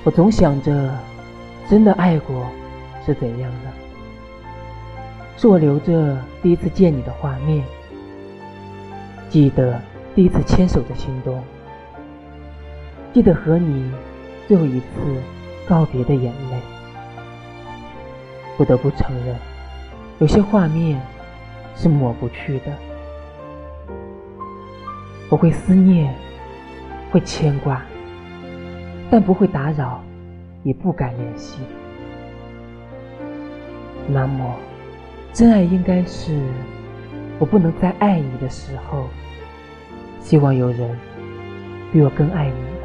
我总想着真的爱过是怎样的，是我留着第一次见你的画面，记得第一次牵手的心动，记得和你最后一次告别的眼泪。不得不承认，有些画面是抹不去的。我会思念，会牵挂，但不会打扰，也不敢联系。那么真爱应该是我不能再爱你的时候，希望有人比我更爱你。